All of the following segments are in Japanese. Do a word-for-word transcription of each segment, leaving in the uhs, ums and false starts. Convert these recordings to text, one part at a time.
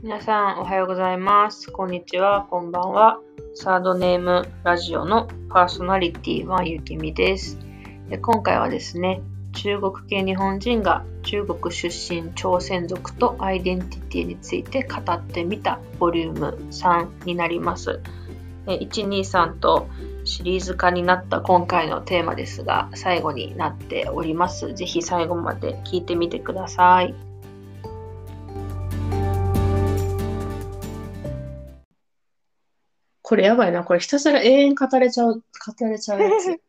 皆さんおはようございます。こんにちは、こんばんは。サードネームラジオのパーソナリティはゆきみです。で今回はですね、中国系日本人が中国出身朝鮮族とアイデンティティについて語ってみたボリュームさんになります。いち、に、さんとシリーズ化になった今回のテーマですが、最後になっております。ぜひ最後まで聞いてみてください。これやばいな。これひたすら永遠語れちゃう、語れちゃうやつ。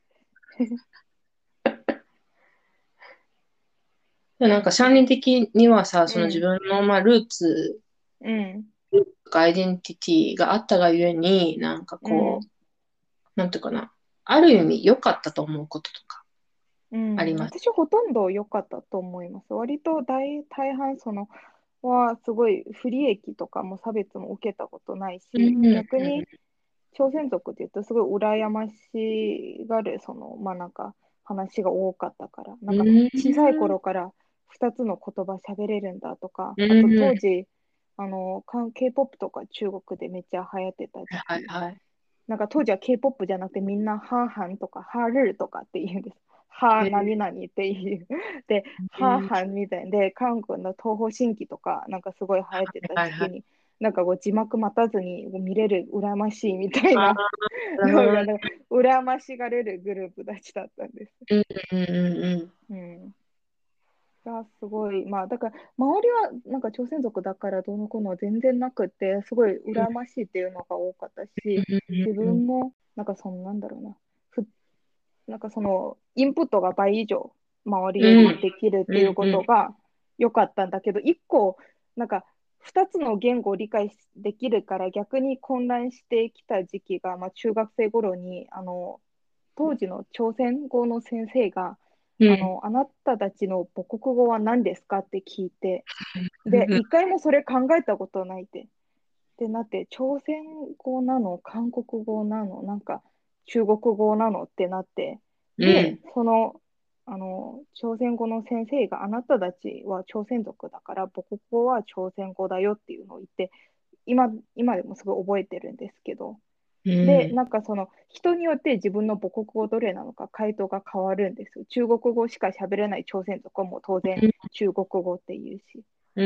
でなんか、シャンリン的にはさ、その自分の、まあ、ルーツうん。 とかアイデンティティがあったがゆえに、なんかうん。 こう、なんていうかな。ある意味良かったと思うこととかうん。 あります。 私ほとんど良かったと思います。割と大、大半その、はすごい不利益とかも差別も受けたことないし、 うん、うん、 逆に朝鮮族って言うとすごい羨ましがる、その、まあなんか話が多かったから、なんかうん、 小さい頃からふたつの言葉喋れるんだとか、あとうん。 当時、あの、か K-ポップ とか中国でめっちゃ流行ってた時はい、 期、 はい。 なんか当時は K-ポップ じゃなくてみんなハーハンとかハールルとかって言うんです。ハー何々っていう。で、ハーハンみたいで、韓国の東方神起とかなんかすごい流行ってたはい、はい。 時期に、なんかこう字幕待たずに見れる羨ましいみたいああ、 な、 なるほどね。 なんかなんか羨ましがれるグループたちだったんです。 うん、うん、うん、 うん。がすごい、まあだから周りはなんか朝鮮族だからどうのこうのは全然なくて、すごい羨ましいっていうのが多かったし、 うん、 自うん、 分もなんかそんなんだろうな。ふなんかそのインプットが倍以上周りうん、 よりできるっうん、 ていうこうん、 とが良かったんだけど、一個、なんかふたつの言語を理解できるから逆に混乱してきた時期が、まあ、中学生頃に、あの、当時の朝鮮語の先生が、 うん、 あの、あなたたちの母国語は何ですかって聞いて、で、 うん、 一回もそれ考えたことないって。で、なって、朝鮮語なの、韓国語なの、なんか中国語なのってなって、で、 うん、 その、あの、朝鮮語の先生があなたたちは朝鮮族だから母国語は朝鮮語だよっていうのを言って、今、今でもすごい覚えてるんですけど、で、 うん、 なんかその人によって自分の母国語どれなのか回答が変わるんですよ。中国語しか喋れない朝鮮族はもう当然中国語って言うし。 うん、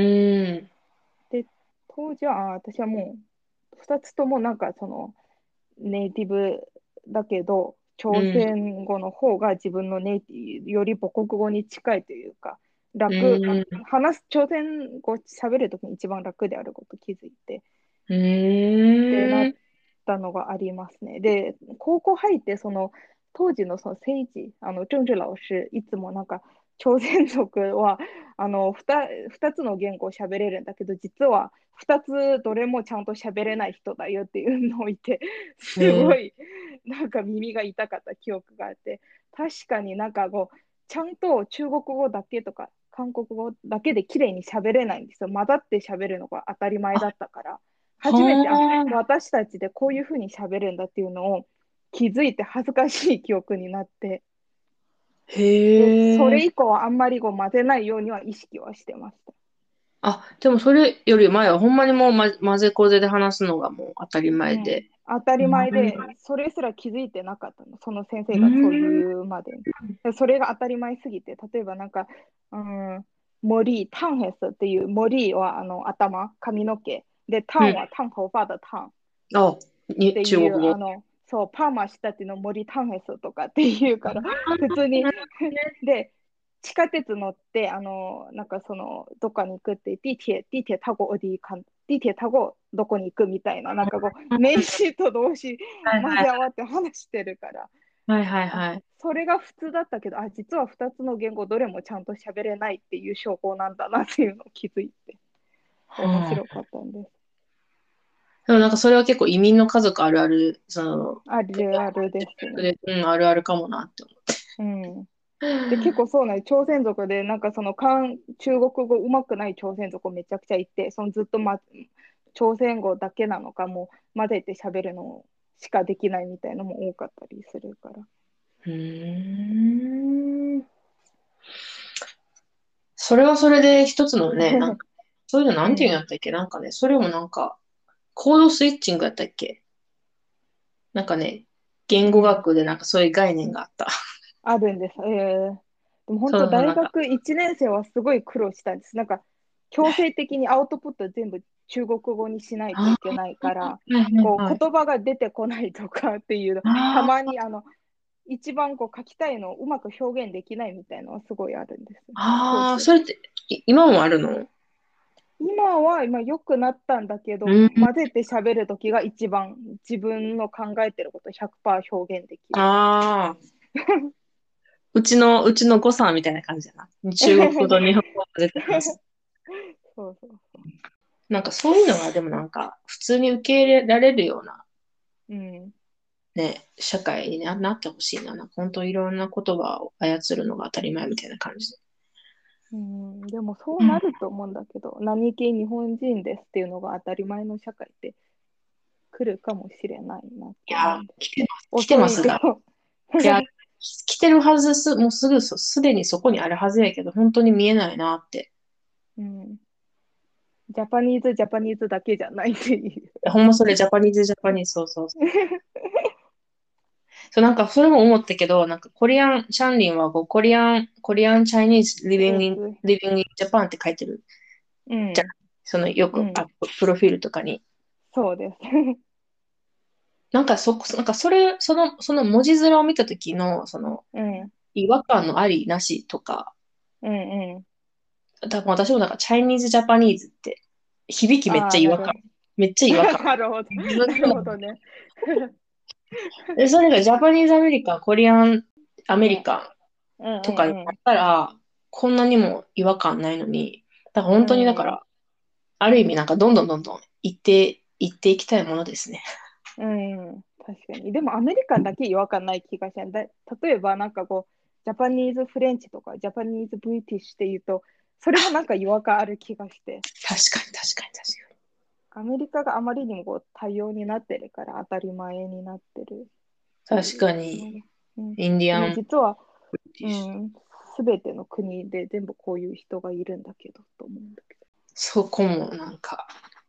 で、当時は、あ私はもうふたつともなんかそのネイティブだけど、朝うん、 鮮語の方が自分のネイティブより母国語に近いというか、 う楽、 ん、 話す、朝鮮語喋るときに一番楽であること気づいて、 うってなっん、 たのがありますね。で、高校入って、その当時のその政治、あの、政治老師、いつもなんか、朝鮮族はあの 2, 2つの言語を喋れるんだけど、実はふたつどれもちゃんと喋れない人だよっていうのを言って、すうん、 ごいなんか耳が痛かった記憶があって、確かになんかこう、ちゃんと中国語だけとか、韓国語だけで綺麗に喋れないんですよ。混ざって喋るのが当たり前あ、 だったから。初めて、あ、 はあ、 私たちでこういうふうに喋るんだっていうのを気づいて恥ずかしい記憶になって、で、そへえ。 れ以降はあんまりこう混ぜないようには意識はしてました。 あ、でもそれより前はほんまにもう、ま、混ぜこぜで話すのがもう当たりうん。 前で。 当たうり前で、 ん、 それすら気づいてなかったの。その先生うがそうん、 言うまでに。でそれが当たり前すぎて、例えばなんか、うん、森、タンヘスっていう森はあの頭、髪の毛。で、タうん。 ンはタン頭髮的タン。っあ、に、 ていう、あ中国語。 の、そう、パーマしたっていうの森タンヘスとかっていうから、普通にで、地下鉄乗って、あの、なんかその、どっかに行くって、地铁、地铁타고 어디 간、地铁타고どこに行くみたいな、なんかこう、名詞と動詞はいはい混ぜ合わって話してるから、 はいはいあ、 はい。 それが普通だったけど、あ、実はふたつの言語どれもちゃんと喋れないっていう証拠なんだなっていうのを気づいて、面はあ。 白かったんです。 でもなんかそれは結構移民の家族あるある、その、 あるあるですね。 で、うん、あるあるかもなって思うん。 う。 で、結構そうね、朝鮮族で、なんかその韓、中国語うまくない朝鮮族めちゃくちゃいて、そのずっと、ま、朝鮮語だけなのか、もう混ぜて喋るのしかできないみたいなのも多かったりするから。 うーん。それはそれで一つのね、なんかそういうのなんていうんうん、 やったっけ？なんかね、それもなんか、コードスイッチングやったっけ？なんかね、言語うん。 学でなんかそういう概念があった。 あるんです。ええ、でも本当、 そうそう、 大なんか、 学いちねん生はすごい苦労したんです。なんか、強制的にアウトプット全部中国語にしないとあいけないあ、 から、 はいはいこう、 はい。 言葉が出てこないとかっていうの、たあまに、あの、一番こう書きたいのをうまく表現できないみたいなのはすごいあるんです。当あ、ああ、 時は。 それって、い今もあるの？ 今は今良くなったんだけど、 うん。 混ぜて喋るときが一番自分の考えてることひゃくパーセント表現できる。 ああ、うちの、うちの誤差みたいな感じだな。中国語と日本語を混ぜて話す。 そうそうそなんかそういうのがでもなんか普通に受け入れられるようなう。うん。 ね、社会にななってほしいな。なんか本当いろんな言葉を操るのが当たり前みたいな感じで。 うん、でもそううん。いなると思うんだけど、何系日本人ですっていうのが当たり前の社会って来るかもしれないなって思うや、 んです。 来てます。来て遅ますが。 いけど。 いや、来てるはずす、もうすぐそ、すでにそこにあるはずやけど、本当に見えないなって。 うん。ジャパニーズ、ジャパニーズだけじゃないっていう。 ほんまそれジャパニーズ、ジャパニーズ、そうそうそう。そう、なんかそれも思ったけど、なんかコリアン、シャンリンはこうコリアン、コリアン、チャイニーズ、リビングイン、リビングインジャパンって書いてるじゃん。 うん。 そのよく、あ、 うん。 プロフィールとかに。 そうです。 なんかそ、なんかそれ、その、その文字面を見たときの、その、 うん。 違和感のありなしとか、 うん。うん。 多分私もなんかチャイニーズ、ジャパニーズって響きめっああ、 ちゃ違和感。 なるほど。 めっちゃ違和感。 なるほど。 自分なでも。 るほどね。 で、それがジャパニーズアメリカン、コリアンアメうん。 リカンうとかになっん。 たら、こんなにも違和感ないのに、だからう本当にだかん。うん。 ら、ある意味なんかどんどんどんどん行って、行っていきたいものですね。 うん。確かに。でもアメリカンだけ違和感ない気がしない。だ例えばなんかこう、ジャパニーズフレンチとか、ジャパニーズブリティッシュって言うと、それもなんか違和感ある気がして。 確かに確かに確かアメリカがあまりにもこう多様になってるから当たり前になってるってに。確いうかに、 のが。うん。でインディアンも実は、 ブリティッシュ。 うん、すべての国で全部こういう人がいるんだけど、と思うんだけそこもなんか、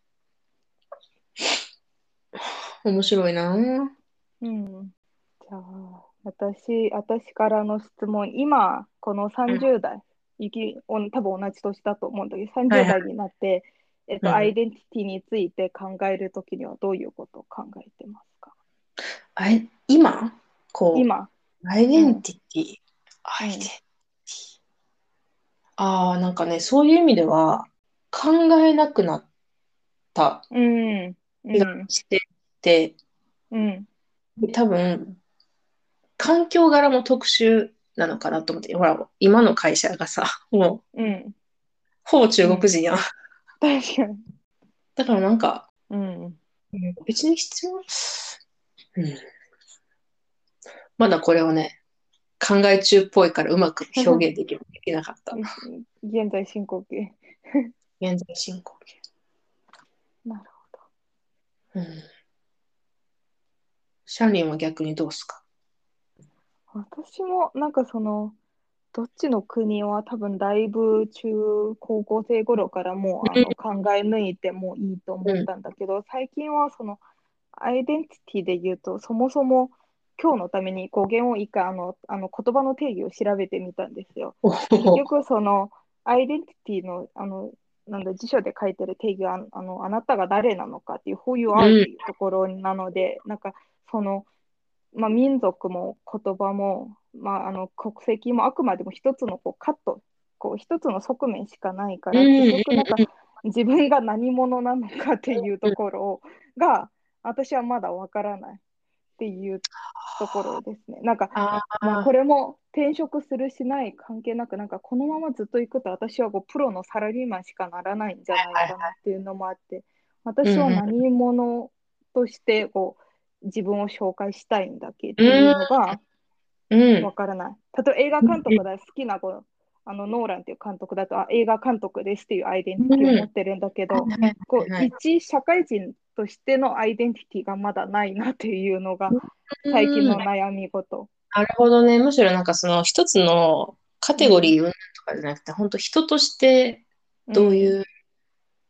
面白いなぁ。 ど。うん。じゃあ、私、私からの質問、今、このうん。 さんじゅう代、いき、おん多分同じ年だと思うんだけど、30 はいは代になって、えっい。うと、アイん。 デンティティについて考えるときにはどういうことを考えてますか？ あれ、今、こ今。 う、アイデンうん。 ティティ、アイデンテうん。 ィティ。ああ、なんかね、そういう意味では、考えなくなったうん。う気がん。 してて、 うん。 多分、環境柄も特殊なのかなと思って、ほら、今の会社がさ、もう、 うん。 ほぼ中うん。 国人やん。 確かに。 だからなんか、 うん。 うん別に必要、うん、まだこれをね、考え中っぽいからうまく表現でき、できなかった。 現在進行形。 現在進行形。 なるほうん。シャンリンは逆にどうすか？ ど。私もなんかその、どっちの国は多分だいぶ中高校生頃からもうあの考え抜いてもいいと思っうん。 たんだけど、最近はそのアイデンティティで言うと、そもそも今日のために語源を一回あの、あの言葉の定義を調べてみたんですよ。 お結お。 局そのアイデンティティの、あのなんだ辞書で書いてる定義はあのあなたが誰なのかっていう Who you う are っん。 ていうところなので、なんかそのまあ、民族も言葉も、まあ、あの国籍もあくまでも一つのこうカット、こう一つの側面しかないかうん。 ら、結うん。 局なんか自分が何者なのかっていうところが私はまだわからないっていうところですね。なんか、 あまあ、こあ。 れも転職するしない関係なく、なんかこのままずっと行くと私はこうプロのサラリーマンしかならないんじゃないはいはかなっていうのもあって、 い。う私はん。 何者としてこう自分を紹介したいんだっけっうん。 ていううん。 のがうん。 わからない。例えば映画監督だ、好きなこうあのノーランっていう監督だとあ映画監督ですっていうアイデンティティをうん。 持ってるんだけど、 はいはいこうはいはい。 一社会人としてのアイデンティティがまだないなっていうのが最近うん。 の悩み事。 なるほどね。むしろなんかその一つのカテゴうん、 リー云々とかじゃなくて、本当人としてうん、 どういう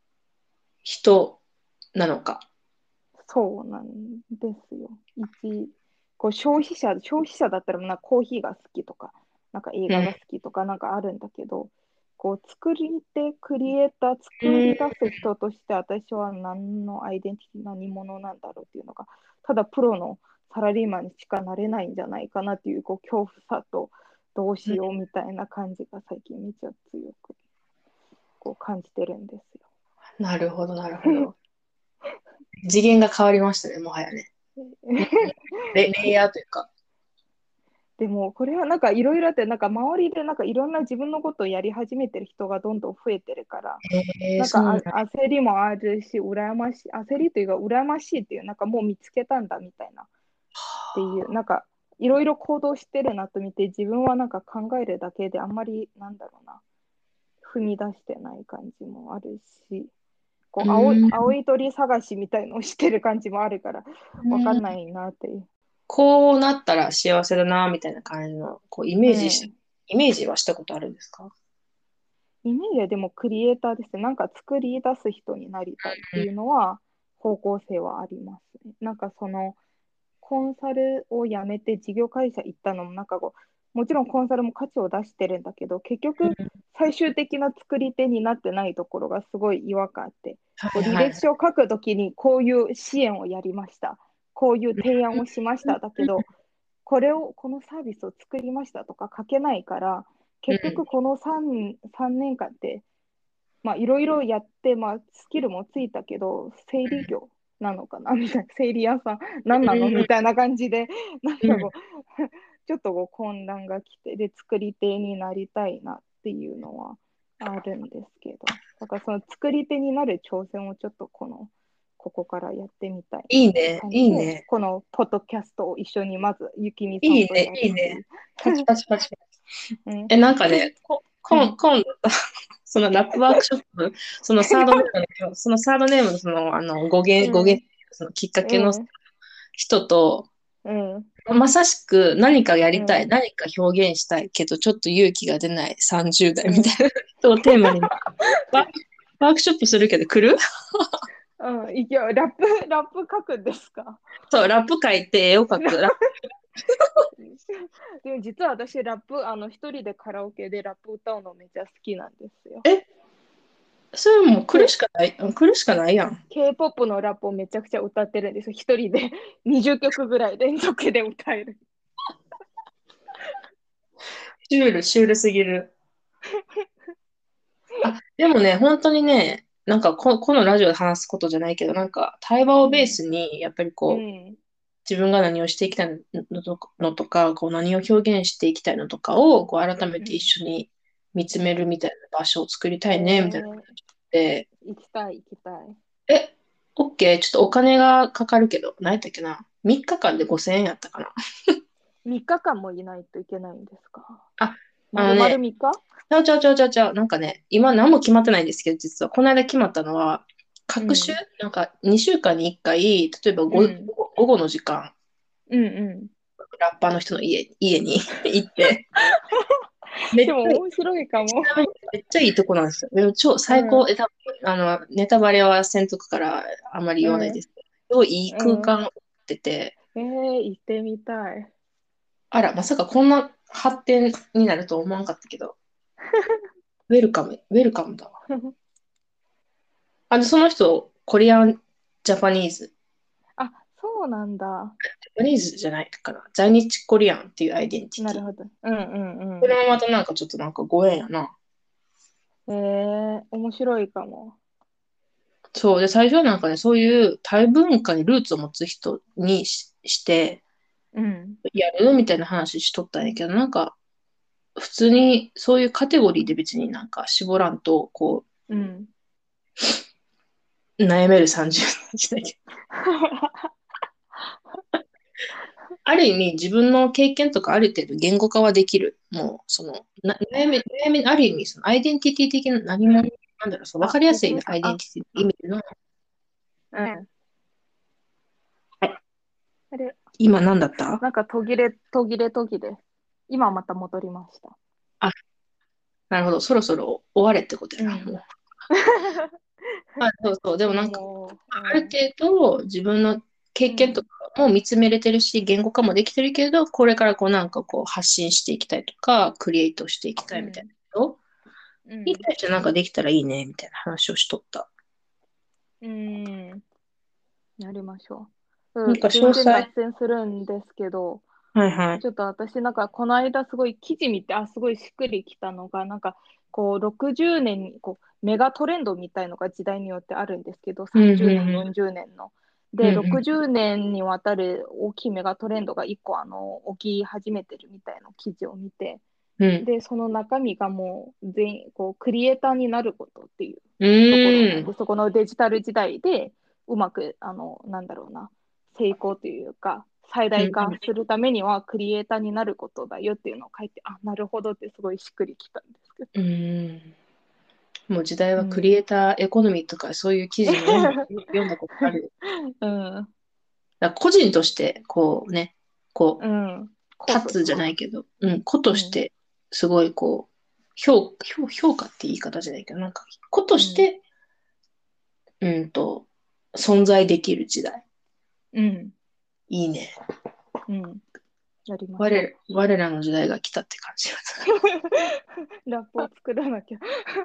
人なのか。 そうなんですよ。一、こう消費者、消費者だったらなんかコーヒーが好きとか、なんか映うん。 画が好きとかなんかあるんだけど、こう作り手、クリエイター、 うん。 作り出す人として私は何のアイデンティティ、何者なんだろうっていうのが、ただプロのサラリーマンにしかなれないんじゃないかなっていう、こう恐怖さとどうしようみたいな感じが最近めっちゃ強くこう感じてるんですよ。 なるほど、なるほど。次元が変わりましたね、もはやね。もうレ、レイヤーというか。 でも、これはなんかいろいろあって、なんか周りでなんかいろんな自分のことをやり始めてる人がどんどん増えてるから、 えー、 なんかそうなんだ。 あ焦りもあるし、羨ましい、焦りというか羨ましいっていう、なんかもう見つけたんだみたいなっていう、なんかいろいろ行動してるなと見て、自分はなんか考えるだけであんまりなんだろうな、踏み出してない感じもあるし、こうう青い、 ーん。 青い鳥探しみたいのをしてる感じもあるから、わかんないなっていう。 こうなったら幸せだな、みたいな感じの、こう、イメージし、 うん。 イメージはしたことあるんですか？ イメージはでもクリエイターですね。なんか作り出す人になりたいっていうのは方向性はありますね。なんかそのコンサルを辞めて事業会社行ったのもなんかこう、もちろんコンサルも価値を出してるんだけど、結局最終的な作り手になってないところがすごい違和感あって、こう履はいはい。 歴書を書くときにこういう支援をやりました。こういう提案をしました。だけど、これを、このサービスを作りましたとか書けないから、結うん。 局このさん、さんねんかんってまあ、いろいろやって、まあ、スキルもついたけど、整理業なのかなみたいな、整理屋さん、何なのみたいな感じで、なんうん。 かこう、ちょっとこう混乱が来て、で、作り手になりたいなっていうのはあるんですけど、だからその作り手になる挑戦をちょっとこの、ここからやってみたいなっていういいね、 感じで、 いいね。 このポッドキャストを一緒にまず、ゆきみさいいね、 んとやるいいね。 っていう。 パチパチパチパチ。 うん、 え、なんかね、こ、こん、 うん、 今度、そのラップワークショップ、そのサードネームの、そのサードネームのその、あの、語源、語うん、 源、そのきっかけのうん、 人と、 うん、 まさしく何かやりたい、 うん、 何か表現したいけど、ちょっと勇気が出ないさんじゅう代うん。 みたいな人をテーマに、ワークワークショップするけど来る？ うん、いや、ラップ、ラップ書くんですか？ そう、ラップ書いて絵を描く。ラップ、 でも実は私、ラップ、あの、一人でカラオケでラップ歌うのめっちゃ好きなんですよ。 え、それもう来るし K、 かない、来るしかないやん。 K-ポップ のラップをめちゃくちゃ歌ってるんですよ。一人でにじゅっきょくぐらい連続で歌える。 シュール、シュールすぎる。あ、でもね、本当にね、なんかこ、このラジオで話すことじゃないけど、なんか対話をベーうん、 スに、やっぱりうこう、 ん、 自分が何をしていきたいのとのとか、こう何を表現していきたいのとかを、こう改めて一うん。 緒に見つめるみたいな場所を作りたえいね、みたいな感ー、 じで、 行きたい、行きたい。 え、オッケー、ちょっとお金がかかるけど、何やったっけな？ みっ 日間でごせんえんやったかな。 みっかかんもいないといけないんですか？ あ、あ丸々 のね、 みっか？ ちゃうちゃうちゃうちゃうちゃう、なんかね、今何も決まってないんですけど、実は、この間決まったのは、各週、 うん、 なんかにしゅうかんにいっかい、例えば午うん、 午後の時間、 うん、うん。 ラッパーの人の家、家に行って、めっちでゃいい、 も面白いかも。 ちなみにめっちゃいいとこなんですよ。でも超うん、 最高、え、多分あの、ネタバレはせんとくからあんまりう言わないでん、 すけど、すごいいい空うん。 間を持ってて、 えー、行ってみたい。 あら、まさかこんな発展になるとは思わなかったけど、ウェルカム、ウェルカムだわ。あの、その人、コリアン、ジャパニーズ、 あ、そうなんだ。 ジャパニーズじゃないかな。在日コリアンっていうアイデンティティ。 なるほど。うんうんうこれもまたなんかちょっとなんかご縁やな。 ん。えー、面白いかも。 そう。で、最初はなんかね、そういうタイ文化にルーツを持つ人にし、してうん。 やるみたいな話しとったんやけど、なんか普通にそういうカテゴリーで別になんか絞らんと、こうん。 う、悩めるさんじゅう代じゃないけど、ある意味自分の経験とかある程度言語化はできる。もう、その、な悩み、悩み、ある意味、そのアイデンティティ的な何も、なんだろう、その分かあ、 りやすいゆきみさん、あ、 アイデンティティの意味での、 うん。あれ、 今何だった？ なんか途切れ、途切れ途切れ。今また戻りました。 あ、なるほど。そろそろ終われってことやな。 うん。 もう。 あ、そうそう。でもなんか、 もある程度自分の経う、う験とん、 かも見つめれてるし、言語化もできてるけど、これからこうなんかこう発信していきたいとか、クリエイトしていきたいみたいうん、 なことにうん、 対してなんかできたらいいね、みたいな話をしとった。 うん、やりましょう。 なんかうん、全然脱詳細、 線するんですけど、 はいはい。 ちょっと私なんかこの間すごい記事見て、あ、すごいしっくりきたのが、なんかこうろくじゅうねんにこうメガトレンドみたいのが時代によってあるんですけど、 うんさんじゅうねん、 うよんじゅうねんの。 んうで、 んうんろくじゅうねんにわたる大きいメガトレンドがいっこあの起き始めてるみたいな記事を見て、 うんで、その中身がもう全員こうクリエイターになることっていううところなーんんで、そこのデジタル時代でうまく、あの、なんだろうな、成功というか、最大うん化するためにはクリエイターになることだよっていうのを書いて、あ、なるほどってすごいしっくりきたんですけど。 うんうんもう時代はクリうん。 エイターエコノミーとかそういう記事も読んだ、読んだことあるよ。 うん。 だから個人として、こうね、こうん。 う、 こうと立つじゃして。 ないけど、うん、個うん。 として、すごいこう、評、評、評価って言い方じゃないけど、なんか、個とうん。 して、うんと、存在できる時代。 うん。 いいね。 うん。やりましょ我ら、我らの時代が来たって感じがする。 う。ラップを作らなきゃ。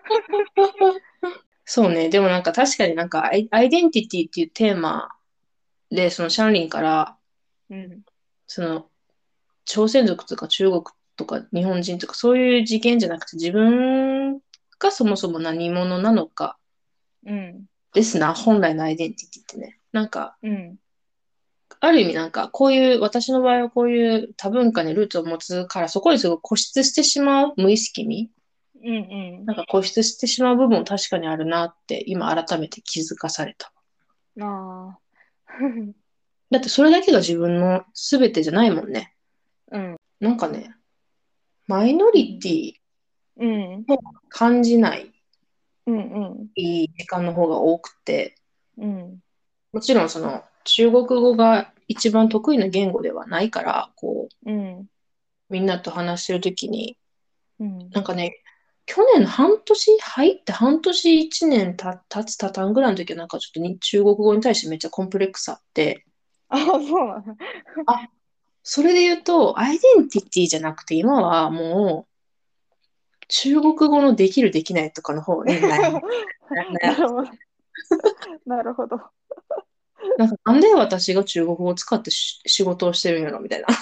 そうね。でもなんか確かになんかアイ、アイデンティティっていうテーマで、そのシャンリンから、 うん。 その、朝鮮族とか中国とか日本人とかそういう事件じゃなくて自分がそもそも何者なのかうん。 ですな、本来のアイデンティティってね。なんか、 うん。 ある意味なんか、こういう、私の場合はこういう多文化にルーツを持つから、そこにすごい固執してしまう、無意識に、 うん。うん。 なんか固執してしまう部分も確かにあるなって、今改めて気づかされた。 ああ。 だってそれだけが自分の全てじゃないもんね。 うん。 なんかね、マイノうん。 リティうん。 を感じないうん。うん。 いい時間の方が多くて、 うん。 もちろんその中国語が一番得意な言語ではないから、こう、 うん。 みんなと話してるときに、 うん。 なんかね、去年半年入って半年一年た経つたたんぐらいの時はなんかちょっとに中国語に対してめっちゃコンプレックスあって、 ああ、そうなの。 あ、それで言うと、アイデンティティじゃなくて今はもう中国語のできるできないとかの方に悩む。悩むなるほど。なるほど。 なんかなんで私が中国語を使ってし仕事をしてるんやろみたいな。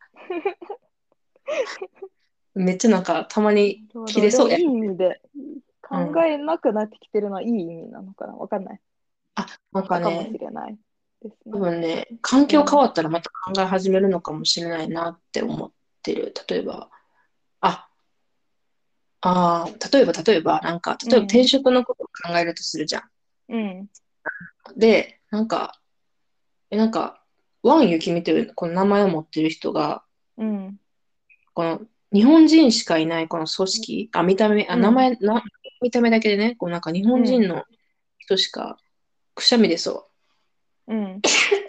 めっちゃなんかたまなにるほど。 切れそうや。 でもいい意味でうん。 考えなくなってきてるのはいい意味なのかなわかんない。 あ、なんかたかもしね、 れないです多ね。 分ね、環境変うん。 わったらまた考え始めるのかもしれないなって思ってる。例えば、あ、あー、例えば、例えば、なんか、例えば転うん。 職のことを考えるとするじゃん。 うん。 で、なんか、え、なんか、ワンユキミというこの名前を持ってる人が、 うん。 この日本人しかいないこの組織、あ、見た目、あ、 うん。 名前、な、見た目だけでね、こうなんか日うん。 本人の人しかくしゃみでそう。 うん。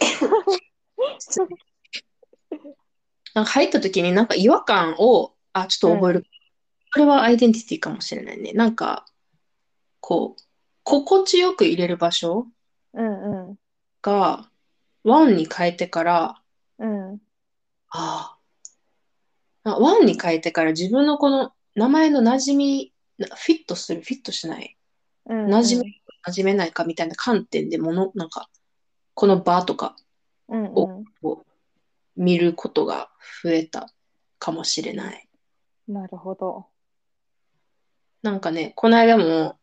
なんか入った時になんか違和感を、あ、ちょっと覚える。 うん。 これはアイデンティティかもしれないね。なんか、こう、心地よく入れる場所うん。うん。 が、ワンに変えてから、 うん。 ああ、ワンに変えてから自分のこの名前の馴染み、なフィットする、フィットしない、 うん。 馴染め、 うん。 馴染めないかみたいな観点でもの、なんか、この場とかうん。 をうん。 こう見ることが増えたかもしれない。 なるほど。 なんかね、この間も、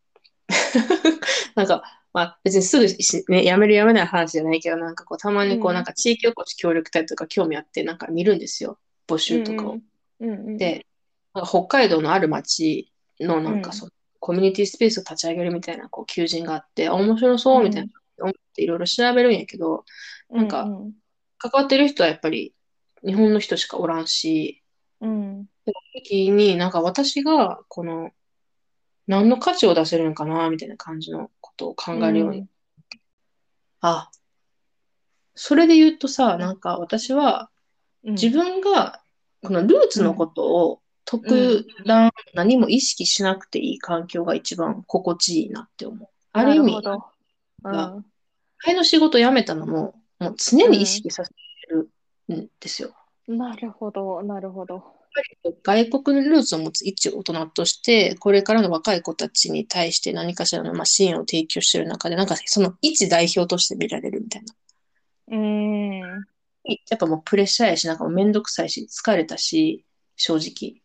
なんか、まあ別にすぐし、ね、やめるやめない話じゃないけど、なんかこう、たまにこう、なんうん。 か地域おこし協力隊とか興味あって、なんか見るんですよ。募うん。 集とかを。 うん。うん。うん。 で、なんか北海道のある町のうん。 なんかその、コミュニティスペースを立ち上げるみたいな、こう、求人があって、あ、面白そうみたいな、 うん。 思っていろいろ調べるんやけど、 うん。 なんか、 うん。 関わってる人はやっぱり日本の人しかおらんし、 うん。 時になんか私がこの何の価値を出せるのかなみたいな感じのことを考うえるように。 ん。 あ、それで言うとさ、 うん。 なんか私は自うん。 分がこのルーツのこうん。 とをうん。 特段何も意識しなくていい環境が一番心地いいなって思う。 ある意味、 なるほど。うがん。 前の仕事辞めたのも、もう常に意うん。 識させてるんですよ。 なるほど、なるほど。 外国のルーツを持つ一大人として、これからの若い子たちに対して何かしらのまあ支援を提供している中で、なんかその一代表として見られるみたいな。 うーん。 やっぱもうプレッシャーやし、なんかもうめんどくさいし、疲れたし、正直。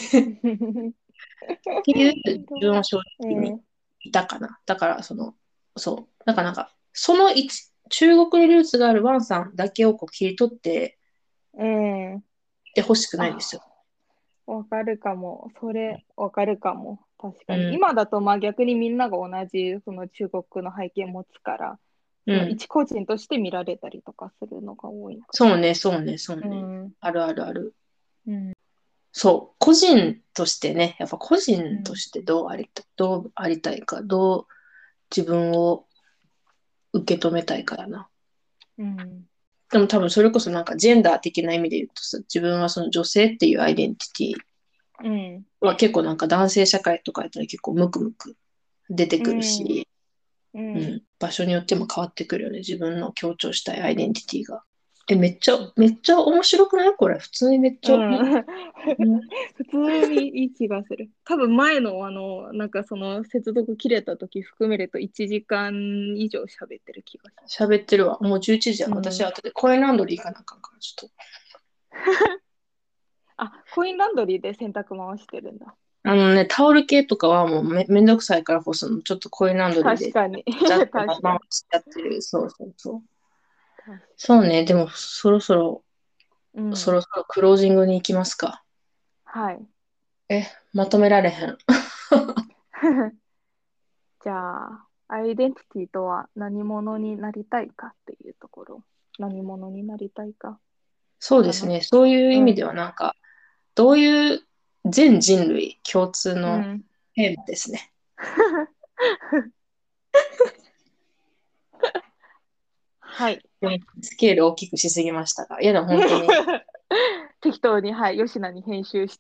っていう自分は正直にうん。 いたかな。だから、その、そう。だからなんか、その一、中国にルーツがあるワンさんだけをこう切り取ってうん。 ってほしくないんですよ。 あ、わかるかも。それ、わかるかも。確かに。 うん。 今だと、まあ逆にみんなが同じ、その中国の背景を持つから、そのうん。 一個人として見られたりとかするのが多いかそうね、そうね、そうも。うね。 ん。 あるあるある。 うん。 そう。個人としてね、やっぱ個人とうん。 してどうありたい、どうありたいか、どう自分を受け止めたいからな。 うん。 でも多分それこそなんかジェンダー的な意味で言うとさ、自分はその女性っていうアイデンティテうん。 ィは結構なんか男性社会とかやったら結構ムクムク出てくるうん。 し、 うん。 うん、場所によっても変わってくるよね、自分の強調したいアイデンティティが。え、めっちゃ、めっちゃ面白くないこれ。普通にめっちゃ、もうん。 う、うん普通にいい気がする。多分前のあの、なんかその接続切れた時含めるといちじかん以上喋ってる気がす喋ってるわ。もうじゅういちじや。 る。うん。 私は後でコインランドリー行かなあかんから、ちょっと。 あ、コインランドリーで洗濯回してるんだ。 あのね、タオル系とかはもうめ、めんどくさいから干すの。ちょっとコインランドリーで、 確かに。 ちゃって確かに。 回しちゃってる。そうそうそう。 確かそうね、でもそろそろ、 に。うん。 そろそろクロージングに行きますか。 はい。 え、まとめられへん。 じゃあ、アイデンティティとは何者になりたいかっていうところ。何者になりたいかかな。 そうですね。そういう意味でうん。 はなんか、どういう全人類共通のうん。 テーマですね。 はい。 でもスケール大きくしすぎましたが。いや、でも本当に。 適当に、はい、吉野に編集して。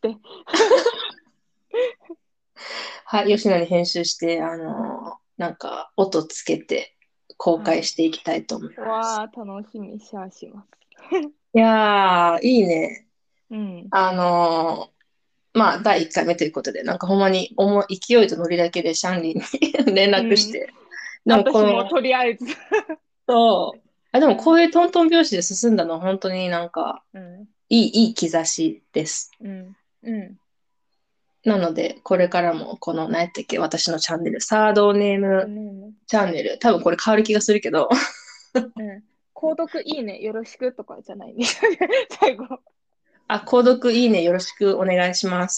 はい、吉野に編集して、あのーなんか、音つけて公はい。 開していきたいと思います。 わあ、楽しみ、シェアします。 いやー、いいね。 うん。 あのーまあ、だいいっかいめということで、なんかほんまに思い勢いとノリだけでシャンリーに連うん。 絡して、でもこ私もの、 とりあえず。 そう、あ、でもこういうトントン拍子で進んだのは本当になんか、 うん。 いい、いい兆しです。 うん。うん。 なので、これからもこの、何やったっけ、私のチャンネル、サードネーあとムね、 チャンネル、多分これ変わる気がするけど、 うん。購読いいね、よろしくとかじゃないんですよね、最後。 あ、購読いいねよろしくお願いします。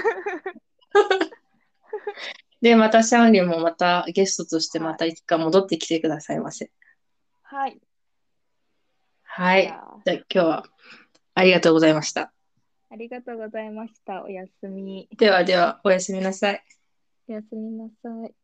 で、またシャンリーもまたゲストとしてまはい。 たいつか戻ってきてくださいませ。 はい。 はい。 じゃあ、 じゃあ今日はありがとうございました。 ありがとうございました。おやすみ。 ではでは、おやすみなさい。 おやすみなさい。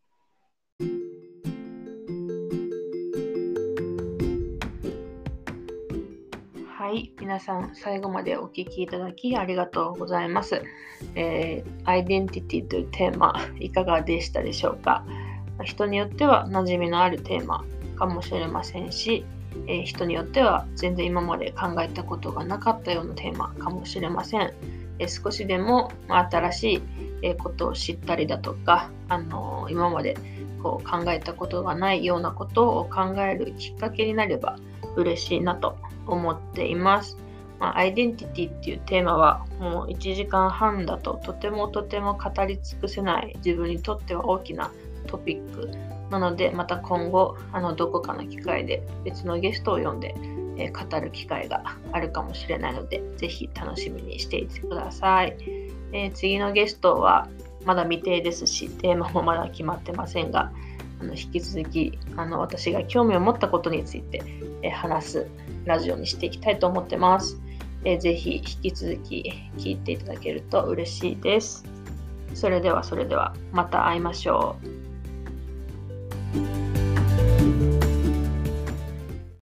はい、皆さん最後までお聞きいただきありがとうございます。えー、アイデンティティというテーマいかがでしたでしょうか。人によっては馴染みのあるテーマかもしれませんし、えー、人によっては全然今まで考えたことがなかったようなテーマかもしれません。えー、少しでも新しいことを知ったりだとか、あのー、今までこう考えたことがないようなことを考えるきっかけになれば嬉しいなと思っています。まあ、アイデンティティっていうテーマはもういちじかんはんだととてもとても語り尽くせない自分にとっては大きなトピックなので、また今後あのどこかの機会で別のゲストを呼んで、えー、語る機会があるかもしれないので、ぜひ楽しみにしていてください。えー、次のゲストはまだ未定ですし、テーマもまだ決まってませんが、あの引き続きあの私が興味を持ったことについて、えー、話すラジオにしていきたいと思ってます。えー、ぜひ引き続き聞いていただけると嬉しいです。それではそれではまた会いましょう。